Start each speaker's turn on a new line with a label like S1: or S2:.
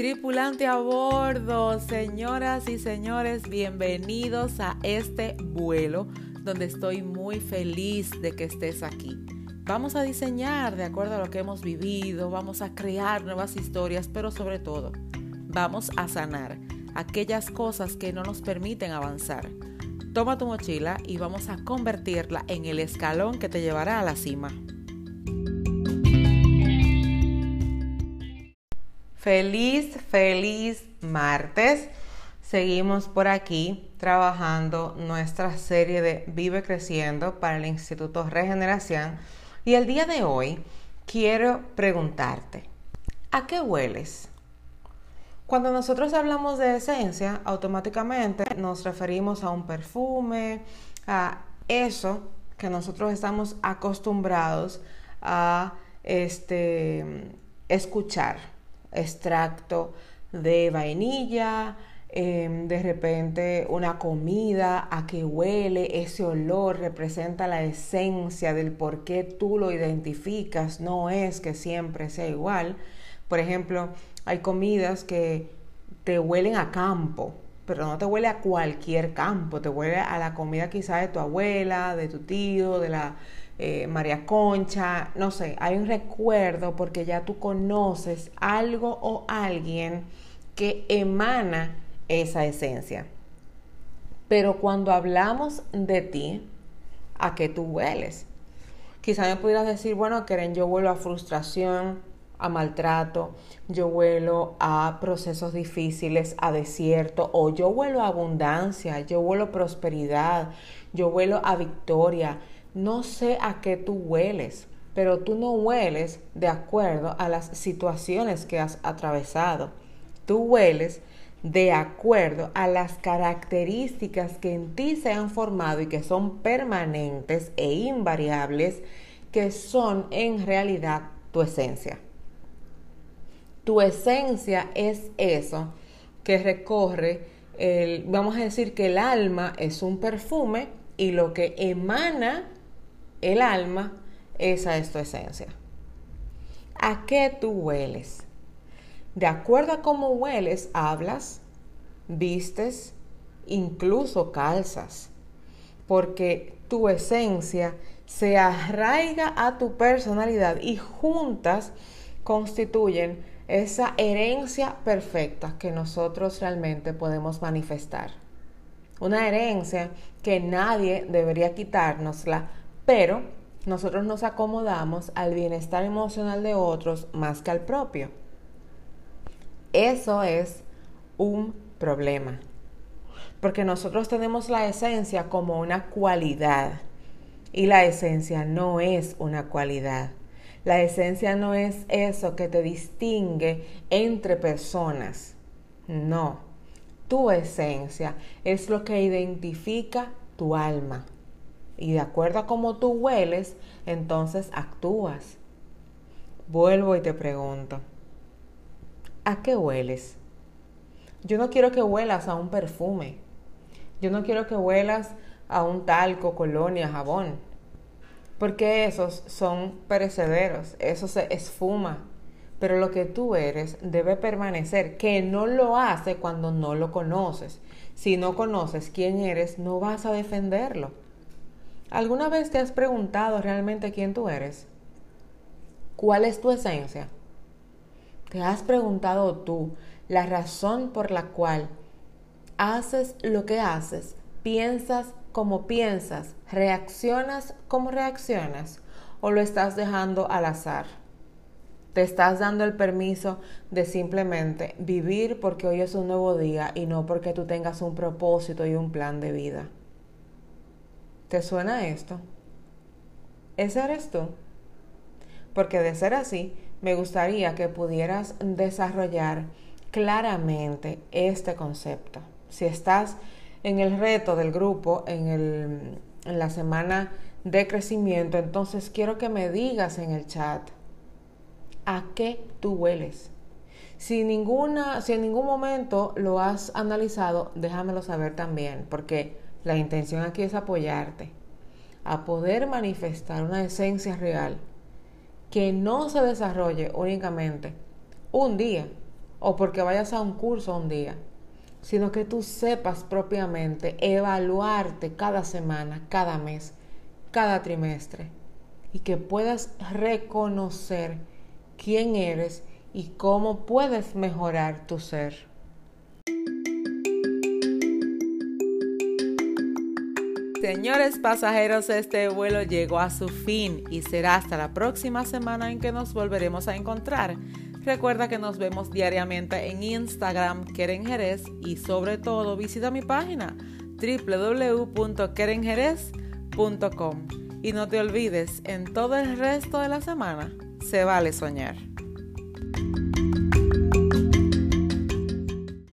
S1: Tripulante a bordo, señoras y señores, bienvenidos a este vuelo donde estoy muy feliz de que estés aquí. Vamos a diseñar de acuerdo a lo que hemos vivido, vamos a crear nuevas historias, pero sobre todo, vamos a sanar aquellas cosas que no nos permiten avanzar. Toma tu mochila y vamos a convertirla en el escalón que te llevará a la cima. Feliz martes. Seguimos por aquí trabajando nuestra serie de Vive Creciendo para el Instituto Regeneración. Y el día de hoy quiero preguntarte, ¿a qué hueles? Cuando nosotros hablamos de esencia, automáticamente nos referimos a un perfume, a eso que nosotros estamos acostumbrados a escuchar. Extracto de vainilla, de repente una comida, a qué huele, ese olor representa la esencia del por qué tú lo identificas, no es que siempre sea igual. Por ejemplo, hay comidas que te huelen a campo, pero no te huele a cualquier campo, te huele a la comida quizá de tu abuela, de tu tío, de la María Concha, no sé, hay un recuerdo porque ya tú conoces algo o alguien que emana esa esencia. Pero cuando hablamos de ti, ¿a qué tú hueles? Quizá me pudieras decir, bueno, Keren, yo huelo a frustración, a maltrato, yo huelo a procesos difíciles, a desierto, o yo huelo a abundancia, yo huelo a prosperidad, yo huelo a victoria. No sé a qué tú hueles, pero tú no hueles de acuerdo a las situaciones que has atravesado. Tú hueles de acuerdo a las características que en ti se han formado y que son permanentes e invariables, que son en realidad tu esencia. Tu esencia es eso que recorre, vamos a decir que el alma es un perfume y lo que emana el alma, esa es tu esencia. ¿A qué tú hueles? De acuerdo a cómo hueles, hablas, vistes, incluso calzas, porque tu esencia se arraiga a tu personalidad y juntas constituyen esa herencia perfecta que nosotros realmente podemos manifestar. Una herencia que nadie debería quitárnosla, pero nosotros nos acomodamos al bienestar emocional de otros más que al propio. Eso es un problema, porque nosotros tenemos la esencia como una cualidad y la esencia no es una cualidad. La esencia no es eso que te distingue entre personas. No, tu esencia es lo que identifica tu alma. Y de acuerdo a cómo tú hueles, entonces actúas. Vuelvo y te pregunto, ¿a qué hueles? Yo no quiero que huelas a un perfume. Yo no quiero que huelas a un talco, colonia, jabón. Porque esos son perecederos, eso se esfuma. Pero lo que tú eres debe permanecer, que no lo hace cuando no lo conoces. Si no conoces quién eres, no vas a defenderlo. ¿Alguna vez te has preguntado realmente quién tú eres? ¿Cuál es tu esencia? ¿Te has preguntado tú la razón por la cual haces lo que haces, piensas como piensas, reaccionas como reaccionas, o lo estás dejando al azar? ¿Te estás dando el permiso de simplemente vivir porque hoy es un nuevo día y no porque tú tengas un propósito y un plan de vida? ¿Te suena esto? ¿Ese eres tú? Porque de ser así, me gustaría que pudieras desarrollar claramente este concepto. Si estás en el reto del grupo, en la semana de crecimiento, entonces quiero que me digas en el chat, ¿a qué tú hueles? Si en ningún momento lo has analizado, déjamelo saber también, porque la intención aquí es apoyarte a poder manifestar una esencia real que no se desarrolle únicamente un día, o porque vayas a un curso un día, sino que tú sepas propiamente evaluarte cada semana, cada mes, cada trimestre y que puedas reconocer quién eres y cómo puedes mejorar tu ser. Señores pasajeros, este vuelo llegó a su fin y será hasta la próxima semana en que nos volveremos a encontrar. Recuerda que nos vemos diariamente en Instagram, Keren Jerez, y sobre todo visita mi página www.kerenjerez.com. Y no te olvides, en todo el resto de la semana se vale soñar.